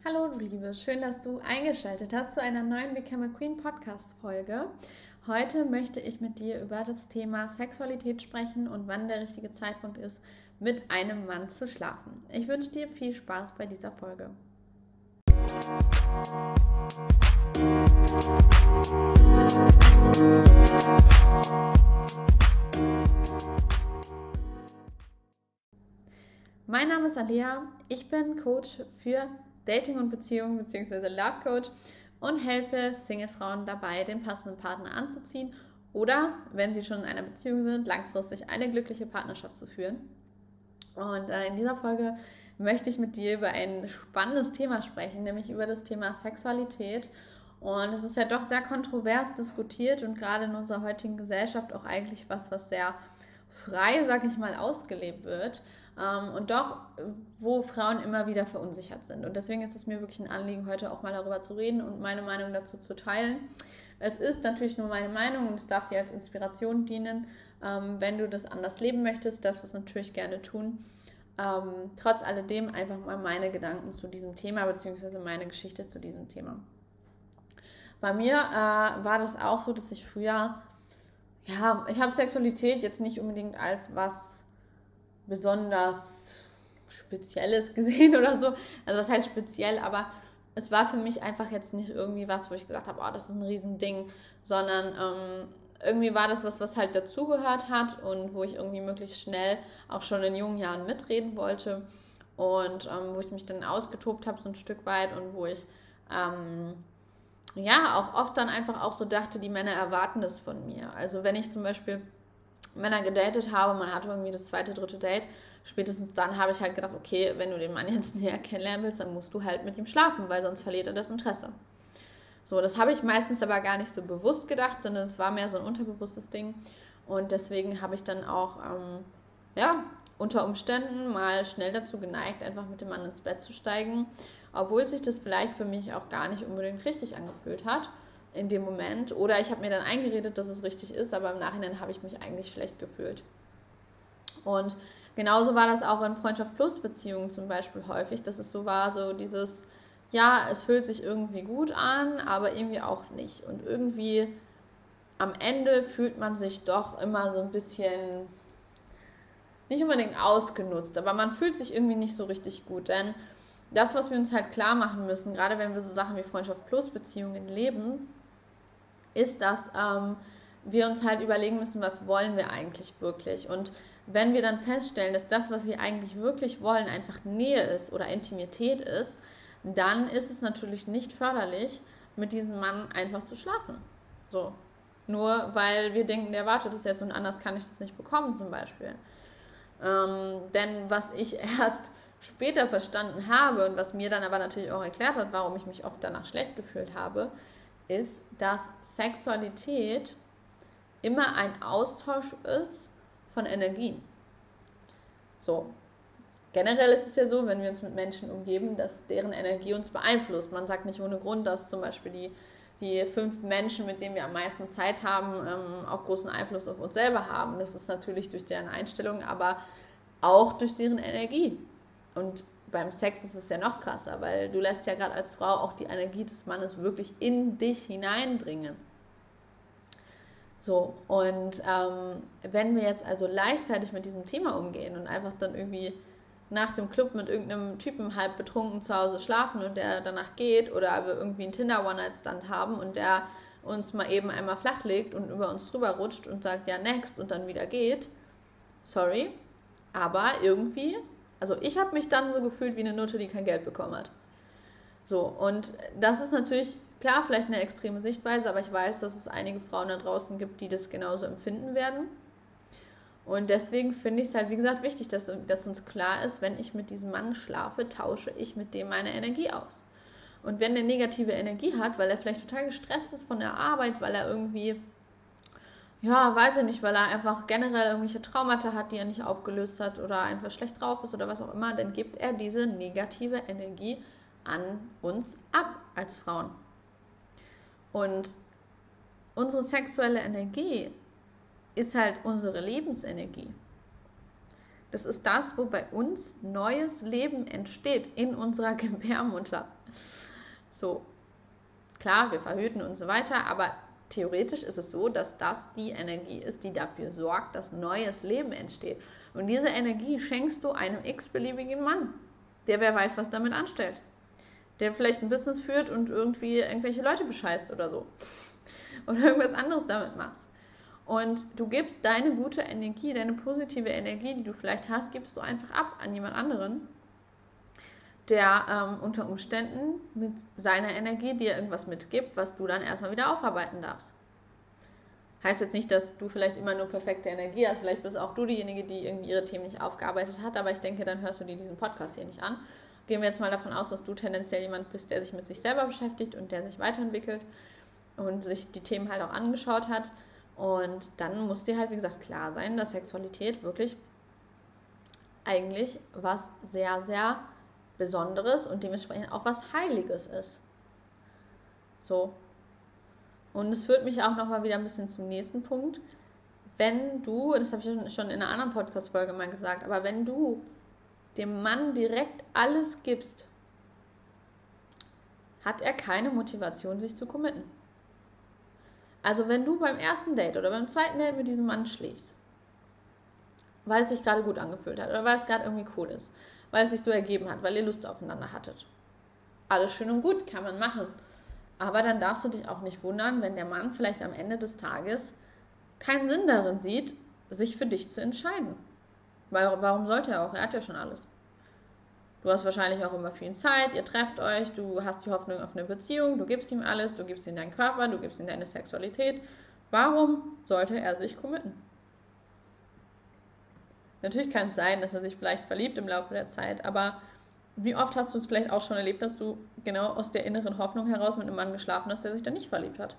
Hallo du Liebe, schön, dass du eingeschaltet hast zu einer neuen Become a Queen Podcast-Folge. Heute möchte ich mit dir über das Thema Sexualität sprechen und wann der richtige Zeitpunkt ist, mit einem Mann zu schlafen. Ich wünsche dir viel Spaß bei dieser Folge. Mein Name ist Alea, ich bin Coach für Dating und Beziehungen bzw. Love Coach und helfe Single-Frauen dabei, den passenden Partner anzuziehen oder, wenn sie schon in einer Beziehung sind, langfristig eine glückliche Partnerschaft zu führen. Und in dieser Folge möchte ich mit dir über ein spannendes Thema sprechen, nämlich über das Thema Sexualität. Und es ist ja doch sehr kontrovers diskutiert und gerade in unserer heutigen Gesellschaft auch eigentlich was sehr frei, sag ich mal, ausgelebt wird. Und doch, wo Frauen immer wieder verunsichert sind. Und deswegen ist es mir wirklich ein Anliegen, heute auch mal darüber zu reden und meine Meinung dazu zu teilen. Es ist natürlich nur meine Meinung und es darf dir als Inspiration dienen. Wenn du das anders leben möchtest, darfst du es natürlich gerne tun. Trotz alledem einfach mal meine Gedanken zu diesem Thema bzw. meine Geschichte zu diesem Thema. Bei mir war das auch so, dass ich früher, ich habe Sexualität jetzt nicht unbedingt als was besonders Spezielles gesehen oder so. Also das heißt speziell, aber es war für mich einfach jetzt nicht irgendwie was, wo ich gesagt habe, oh, das ist ein Riesending, sondern irgendwie war das was halt dazugehört hat und wo ich irgendwie möglichst schnell auch schon in jungen Jahren mitreden wollte und wo ich mich dann ausgetobt habe so ein Stück weit und wo ich auch oft dann einfach auch so dachte, die Männer erwarten das von mir. Also wenn ich zum Beispiel Männer gedatet habe, man hatte irgendwie das zweite, dritte Date, spätestens dann habe ich halt gedacht, okay, wenn du den Mann jetzt näher kennenlernen willst, dann musst du halt mit ihm schlafen, weil sonst verliert er das Interesse. So, das habe ich meistens aber gar nicht so bewusst gedacht, sondern es war mehr so ein unterbewusstes Ding und deswegen habe ich dann auch, unter Umständen mal schnell dazu geneigt, einfach mit dem Mann ins Bett zu steigen, obwohl sich das vielleicht für mich auch gar nicht unbedingt richtig angefühlt hat in dem Moment. Oder ich habe mir dann eingeredet, dass es richtig ist, aber im Nachhinein habe ich mich eigentlich schlecht gefühlt. Und genauso war das auch in Freundschaft-Plus-Beziehungen zum Beispiel häufig, dass es so war, so dieses, ja, es fühlt sich irgendwie gut an, aber irgendwie auch nicht. Und irgendwie am Ende fühlt man sich doch immer so ein bisschen, nicht unbedingt ausgenutzt, aber man fühlt sich irgendwie nicht so richtig gut, denn das, was wir uns halt klar machen müssen, gerade wenn wir so Sachen wie Freundschaft-Plus-Beziehungen leben, ist, dass wir uns halt überlegen müssen, was wollen wir eigentlich wirklich. Und wenn wir dann feststellen, dass das, was wir eigentlich wirklich wollen, einfach Nähe ist oder Intimität ist, dann ist es natürlich nicht förderlich, mit diesem Mann einfach zu schlafen. So. Nur weil wir denken, der wartet es jetzt und anders kann ich das nicht bekommen zum Beispiel. Denn was ich erst später verstanden habe und was mir dann aber natürlich auch erklärt hat, warum ich mich oft danach schlecht gefühlt habe, ist, dass Sexualität immer ein Austausch ist von Energien. So. Generell ist es ja so, wenn wir uns mit Menschen umgeben, dass deren Energie uns beeinflusst. Man sagt nicht ohne Grund, dass zum Beispiel die 5 Menschen, mit denen wir am meisten Zeit haben, auch großen Einfluss auf uns selber haben. Das ist natürlich durch deren Einstellung, aber auch durch deren Energie. Und beim Sex ist es ja noch krasser, weil du lässt ja gerade als Frau auch die Energie des Mannes wirklich in dich hineindringen. So, und wenn wir jetzt also leichtfertig mit diesem Thema umgehen und einfach dann irgendwie nach dem Club mit irgendeinem Typen halb betrunken zu Hause schlafen und der danach geht oder wir irgendwie einen Tinder-One-Night-Stand haben und der uns mal eben einmal flachlegt und über uns drüber rutscht und sagt, ja, next und dann wieder geht, sorry, aber irgendwie, also ich habe mich dann so gefühlt wie eine Nutte, die kein Geld bekommen hat. So, und das ist natürlich, klar, vielleicht eine extreme Sichtweise, aber ich weiß, dass es einige Frauen da draußen gibt, die das genauso empfinden werden. Und deswegen finde ich es halt, wie gesagt, wichtig, dass uns klar ist, wenn ich mit diesem Mann schlafe, tausche ich mit dem meine Energie aus. Und wenn der negative Energie hat, weil er vielleicht total gestresst ist von der Arbeit, weil er irgendwie, ja, weiß ich nicht, weil er einfach generell irgendwelche Traumata hat, die er nicht aufgelöst hat oder einfach schlecht drauf ist oder was auch immer, dann gibt er diese negative Energie an uns ab als Frauen. Und unsere sexuelle Energie ist halt unsere Lebensenergie. Das ist das, wo bei uns neues Leben entsteht in unserer Gebärmutter. So, klar, wir verhüten und so weiter, aber theoretisch ist es so, dass das die Energie ist, die dafür sorgt, dass neues Leben entsteht. Und diese Energie schenkst du einem x-beliebigen Mann, der wer weiß, was damit anstellt. Der vielleicht ein Business führt und irgendwie irgendwelche Leute bescheißt oder so. Oder irgendwas anderes damit macht. Und du gibst deine gute Energie, deine positive Energie, die du vielleicht hast, gibst du einfach ab an jemand anderen, der unter Umständen mit seiner Energie dir irgendwas mitgibt, was du dann erstmal wieder aufarbeiten darfst. Heißt jetzt nicht, dass du vielleicht immer nur perfekte Energie hast, vielleicht bist auch du diejenige, die irgendwie ihre Themen nicht aufgearbeitet hat, aber ich denke, dann hörst du dir diesen Podcast hier nicht an. Gehen wir jetzt mal davon aus, dass du tendenziell jemand bist, der sich mit sich selber beschäftigt und der sich weiterentwickelt und sich die Themen halt auch angeschaut hat. Und dann muss dir halt, wie gesagt, klar sein, dass Sexualität wirklich eigentlich was sehr, sehr Besonderes und dementsprechend auch was Heiliges ist. So. Und es führt mich auch nochmal wieder ein bisschen zum nächsten Punkt. Wenn du, das habe ich schon in einer anderen Podcast-Folge mal gesagt, aber wenn du dem Mann direkt alles gibst, hat er keine Motivation, sich zu committen. Also wenn du beim ersten Date oder beim zweiten Date mit diesem Mann schläfst, weil es sich gerade gut angefühlt hat oder weil es gerade irgendwie cool ist, weil es sich so ergeben hat, weil ihr Lust aufeinander hattet. Alles schön und gut, kann man machen. Aber dann darfst du dich auch nicht wundern, wenn der Mann vielleicht am Ende des Tages keinen Sinn darin sieht, sich für dich zu entscheiden. Weil warum sollte er auch? Er hat ja schon alles. Du hast wahrscheinlich auch immer viel Zeit, ihr trefft euch, du hast die Hoffnung auf eine Beziehung, du gibst ihm alles, du gibst ihm deinen Körper, du gibst ihm deine Sexualität. Warum sollte er sich committen? Natürlich kann es sein, dass er sich vielleicht verliebt im Laufe der Zeit, aber wie oft hast du es vielleicht auch schon erlebt, dass du genau aus der inneren Hoffnung heraus mit einem Mann geschlafen hast, der sich dann nicht verliebt hat?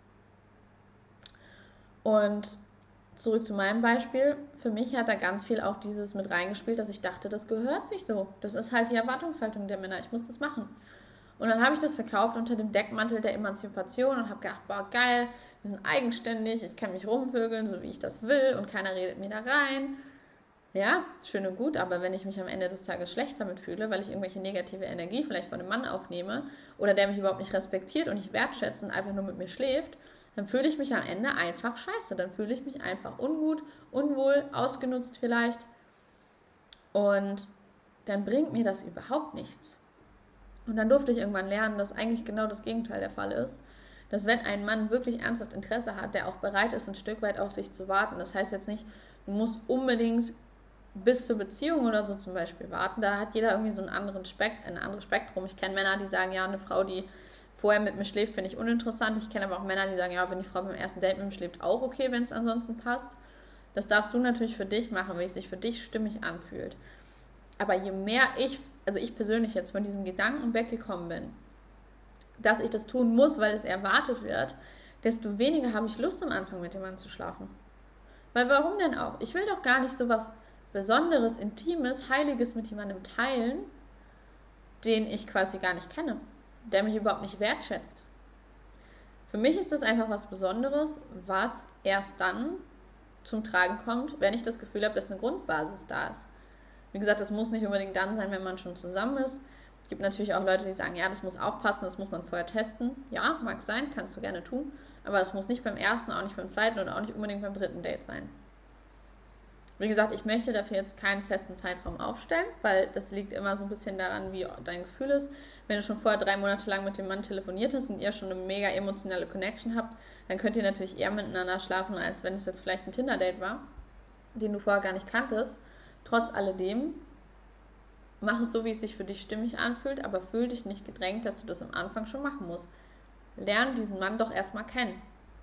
Und zurück zu meinem Beispiel. Für mich hat da ganz viel auch dieses mit reingespielt, dass ich dachte, das gehört sich so. Das ist halt die Erwartungshaltung der Männer. Ich muss das machen. Und dann habe ich das verkauft unter dem Deckmantel der Emanzipation und habe gedacht, boah, geil, wir sind eigenständig, ich kann mich rumvögeln, so wie ich das will und keiner redet mir da rein. Ja, schön und gut, aber wenn ich mich am Ende des Tages schlecht damit fühle, weil ich irgendwelche negative Energie vielleicht von einem Mann aufnehme oder der mich überhaupt nicht respektiert und nicht wertschätzt und einfach nur mit mir schläft, dann fühle ich mich am Ende einfach scheiße. Dann fühle ich mich einfach ungut, unwohl, ausgenutzt vielleicht. Und dann bringt mir das überhaupt nichts. Und dann durfte ich irgendwann lernen, dass eigentlich genau das Gegenteil der Fall ist. Dass wenn ein Mann wirklich ernsthaft Interesse hat, der auch bereit ist, ein Stück weit auf dich zu warten. Das heißt jetzt nicht, du musst unbedingt bis zur Beziehung oder so zum Beispiel warten. Da hat jeder irgendwie so ein anderes Spektrum. Ich kenne Männer, die sagen, ja, eine Frau, die vorher mit mir schläft, finde ich uninteressant. Ich kenne aber auch Männer, die sagen, ja, wenn die Frau beim ersten Date mit mir schläft, auch okay, wenn es ansonsten passt. Das darfst du natürlich für dich machen, weil es sich für dich stimmig anfühlt. Aber je mehr ich persönlich jetzt von diesem Gedanken weggekommen bin, dass ich das tun muss, weil es erwartet wird, desto weniger habe ich Lust am Anfang mit dem Mann zu schlafen. Weil warum denn auch? Ich will doch gar nicht so was Besonderes, Intimes, Heiliges mit jemandem teilen, den ich quasi gar nicht kenne, der mich überhaupt nicht wertschätzt. Für mich ist das einfach was Besonderes, was erst dann zum Tragen kommt, wenn ich das Gefühl habe, dass eine Grundbasis da ist. Wie gesagt, das muss nicht unbedingt dann sein, wenn man schon zusammen ist. Es gibt natürlich auch Leute, die sagen, ja, das muss auch passen, das muss man vorher testen. Ja, mag sein, kannst du gerne tun, aber es muss nicht beim ersten, auch nicht beim zweiten oder auch nicht unbedingt beim dritten Date sein. Wie gesagt, ich möchte dafür jetzt keinen festen Zeitraum aufstellen, weil das liegt immer so ein bisschen daran, wie dein Gefühl ist. Wenn du schon vorher 3 Monate lang mit dem Mann telefoniert hast und ihr schon eine mega emotionale Connection habt, dann könnt ihr natürlich eher miteinander schlafen, als wenn es jetzt vielleicht ein Tinder-Date war, den du vorher gar nicht kanntest. Trotz alledem, mach es so, wie es sich für dich stimmig anfühlt, aber fühl dich nicht gedrängt, dass du das am Anfang schon machen musst. Lern diesen Mann doch erstmal kennen.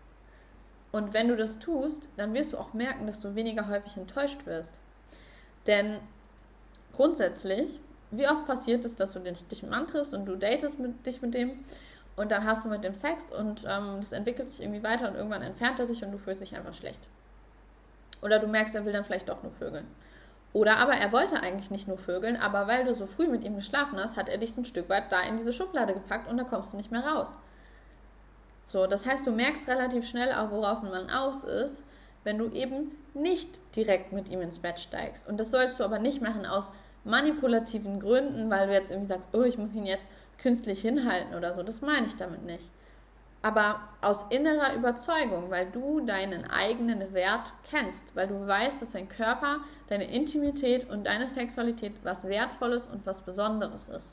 Und wenn du das tust, dann wirst du auch merken, dass du weniger häufig enttäuscht wirst. Denn grundsätzlich, wie oft passiert es, dass du dich mit einem Mann triffst und du datest dich mit dem und dann hast du mit dem Sex und das entwickelt sich irgendwie weiter und irgendwann entfernt er sich und du fühlst dich einfach schlecht. Oder du merkst, er will dann vielleicht doch nur vögeln. Oder aber er wollte eigentlich nicht nur vögeln, aber weil du so früh mit ihm geschlafen hast, hat er dich so ein Stück weit da in diese Schublade gepackt und da kommst du nicht mehr raus. So, das heißt, du merkst relativ schnell auch, worauf ein Mann aus ist, wenn du eben nicht direkt mit ihm ins Bett steigst. Und das sollst du aber nicht machen aus manipulativen Gründen, weil du jetzt irgendwie sagst, oh, ich muss ihn jetzt künstlich hinhalten oder so. Das meine ich damit nicht. Aber aus innerer Überzeugung, weil du deinen eigenen Wert kennst, weil du weißt, dass dein Körper, deine Intimität und deine Sexualität was Wertvolles und was Besonderes ist.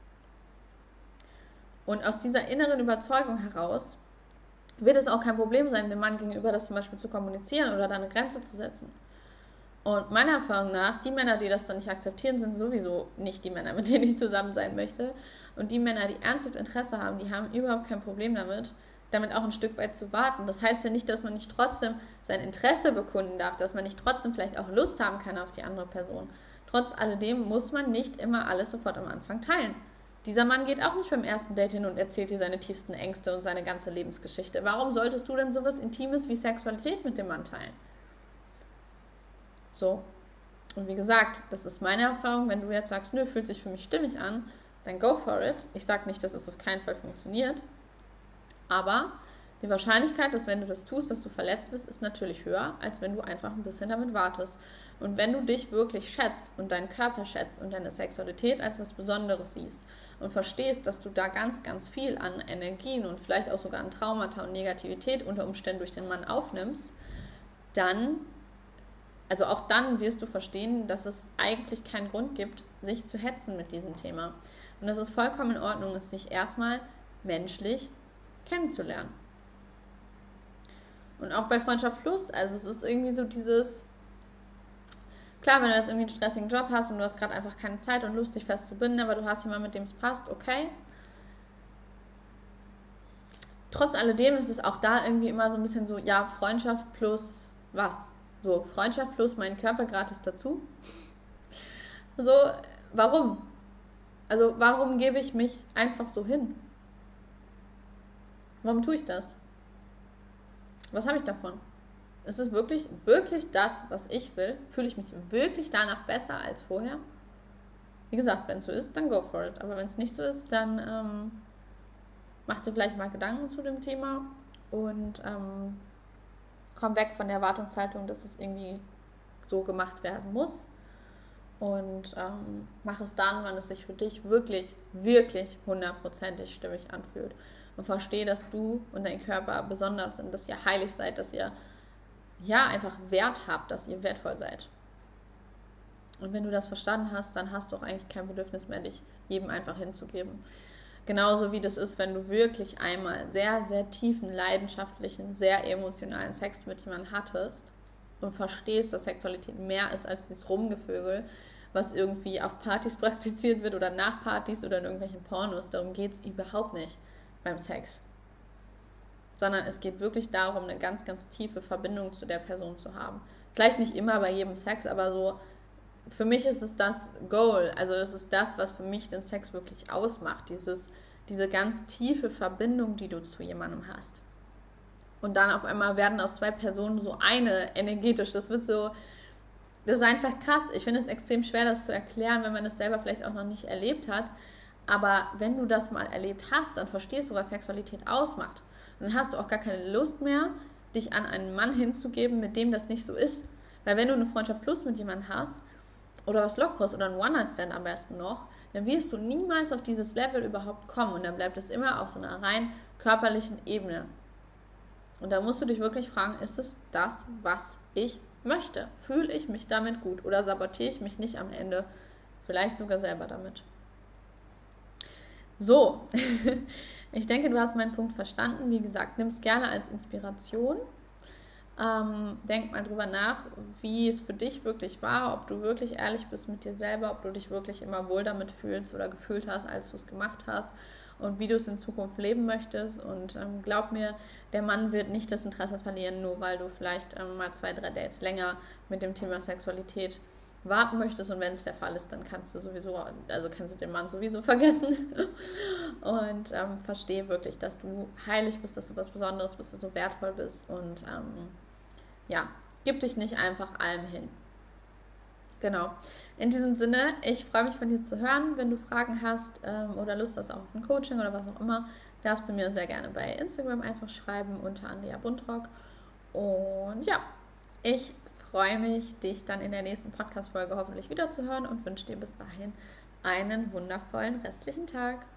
Und aus dieser inneren Überzeugung heraus wird es auch kein Problem sein, dem Mann gegenüber das zum Beispiel zu kommunizieren oder da eine Grenze zu setzen. Und meiner Erfahrung nach, die Männer, die das dann nicht akzeptieren, sind sowieso nicht die Männer, mit denen ich zusammen sein möchte. Und die Männer, die ernsthaft Interesse haben, die haben überhaupt kein Problem damit auch ein Stück weit zu warten. Das heißt ja nicht, dass man nicht trotzdem sein Interesse bekunden darf, dass man nicht trotzdem vielleicht auch Lust haben kann auf die andere Person. Trotz alledem muss man nicht immer alles sofort am Anfang teilen. Dieser Mann geht auch nicht beim ersten Date hin und erzählt dir seine tiefsten Ängste und seine ganze Lebensgeschichte. Warum solltest du denn sowas Intimes wie Sexualität mit dem Mann teilen? So. Und wie gesagt, das ist meine Erfahrung. Wenn du jetzt sagst, nö, fühlt sich für mich stimmig an, dann go for it. Ich sage nicht, dass es auf keinen Fall funktioniert. Aber die Wahrscheinlichkeit, dass wenn du das tust, dass du verletzt bist, ist natürlich höher, als wenn du einfach ein bisschen damit wartest. Und wenn du dich wirklich schätzt und deinen Körper schätzt und deine Sexualität als was Besonderes siehst und verstehst, dass du da ganz, ganz viel an Energien und vielleicht auch sogar an Traumata und Negativität unter Umständen durch den Mann aufnimmst, dann, also auch dann wirst du verstehen, dass es eigentlich keinen Grund gibt, sich zu hetzen mit diesem Thema. Und dass es vollkommen in Ordnung ist, sich erstmal menschlich kennenzulernen. Und auch bei Freundschaft Plus, also es ist irgendwie so dieses, klar, wenn du jetzt irgendwie einen stressigen Job hast und du hast gerade einfach keine Zeit und Lust, dich festzubinden, aber du hast jemanden, mit dem es passt, okay. Trotz alledem ist es auch da irgendwie immer so ein bisschen so, ja, Freundschaft plus was? So, Freundschaft plus mein Körper gratis dazu. So, warum? Also, warum gebe ich mich einfach so hin? Warum tue ich das? Was habe ich davon? Ist es wirklich, wirklich das, was ich will? Fühle ich mich wirklich danach besser als vorher? Wie gesagt, wenn es so ist, dann go for it. Aber wenn es nicht so ist, dann mach dir vielleicht mal Gedanken zu dem Thema und komm weg von der Erwartungshaltung, dass es irgendwie so gemacht werden muss. Und mach es dann, wenn es sich für dich wirklich, wirklich hundertprozentig stimmig anfühlt. Und verstehe, dass du und dein Körper besonders sind, dass ihr heilig seid, dass ihr ja einfach Wert habt, dass ihr wertvoll seid. Und wenn du das verstanden hast, dann hast du auch eigentlich kein Bedürfnis mehr, dich jedem einfach hinzugeben. Genauso wie das ist, wenn du wirklich einmal sehr, sehr tiefen, leidenschaftlichen, sehr emotionalen Sex mit jemandem hattest und verstehst, dass Sexualität mehr ist als dieses Rumgevögel, was irgendwie auf Partys praktiziert wird oder nach Partys oder in irgendwelchen Pornos. Darum geht es überhaupt nicht beim Sex. Sondern es geht wirklich darum, eine ganz, ganz tiefe Verbindung zu der Person zu haben. Vielleicht nicht immer bei jedem Sex, aber so, für mich ist es das Goal. Also es ist das, was für mich den Sex wirklich ausmacht. Diese ganz tiefe Verbindung, die du zu jemandem hast. Und dann auf einmal werden aus zwei Personen so eine energetisch. Das ist einfach krass. Ich finde es extrem schwer, das zu erklären, wenn man es selber vielleicht auch noch nicht erlebt hat. Aber wenn du das mal erlebt hast, dann verstehst du, was Sexualität ausmacht. Und dann hast du auch gar keine Lust mehr, dich an einen Mann hinzugeben, mit dem das nicht so ist. Weil wenn du eine Freundschaft Plus mit jemandem hast, oder was Lockeres oder ein One-Night-Stand am besten noch, dann wirst du niemals auf dieses Level überhaupt kommen. Und dann bleibt es immer auf so einer rein körperlichen Ebene. Und da musst du dich wirklich fragen, ist es das, was ich möchte? Fühle ich mich damit gut? Oder sabotiere ich mich nicht am Ende vielleicht sogar selber damit? So, ich denke, du hast meinen Punkt verstanden. Wie gesagt, nimm es gerne als Inspiration. Denk mal drüber nach, wie es für dich wirklich war, ob du wirklich ehrlich bist mit dir selber, ob du dich wirklich immer wohl damit fühlst oder gefühlt hast, als du es gemacht hast und wie du es in Zukunft leben möchtest. Und glaub mir, der Mann wird nicht das Interesse verlieren, nur weil du vielleicht mal 2, 3 Dates länger mit dem Thema Sexualität warten möchtest, und wenn es der Fall ist, dann kannst du den Mann sowieso vergessen und verstehe wirklich, dass du heilig bist, dass du was Besonderes bist, dass du wertvoll bist und gib dich nicht einfach allem hin. Genau. In diesem Sinne, ich freue mich von dir zu hören. Wenn du Fragen hast oder Lust hast auf ein Coaching oder was auch immer, darfst du mir sehr gerne bei Instagram einfach schreiben unter Andrea Buntrock. Und ja, Ich freue mich, dich dann in der nächsten Podcast-Folge hoffentlich wiederzuhören und wünsche dir bis dahin einen wundervollen restlichen Tag.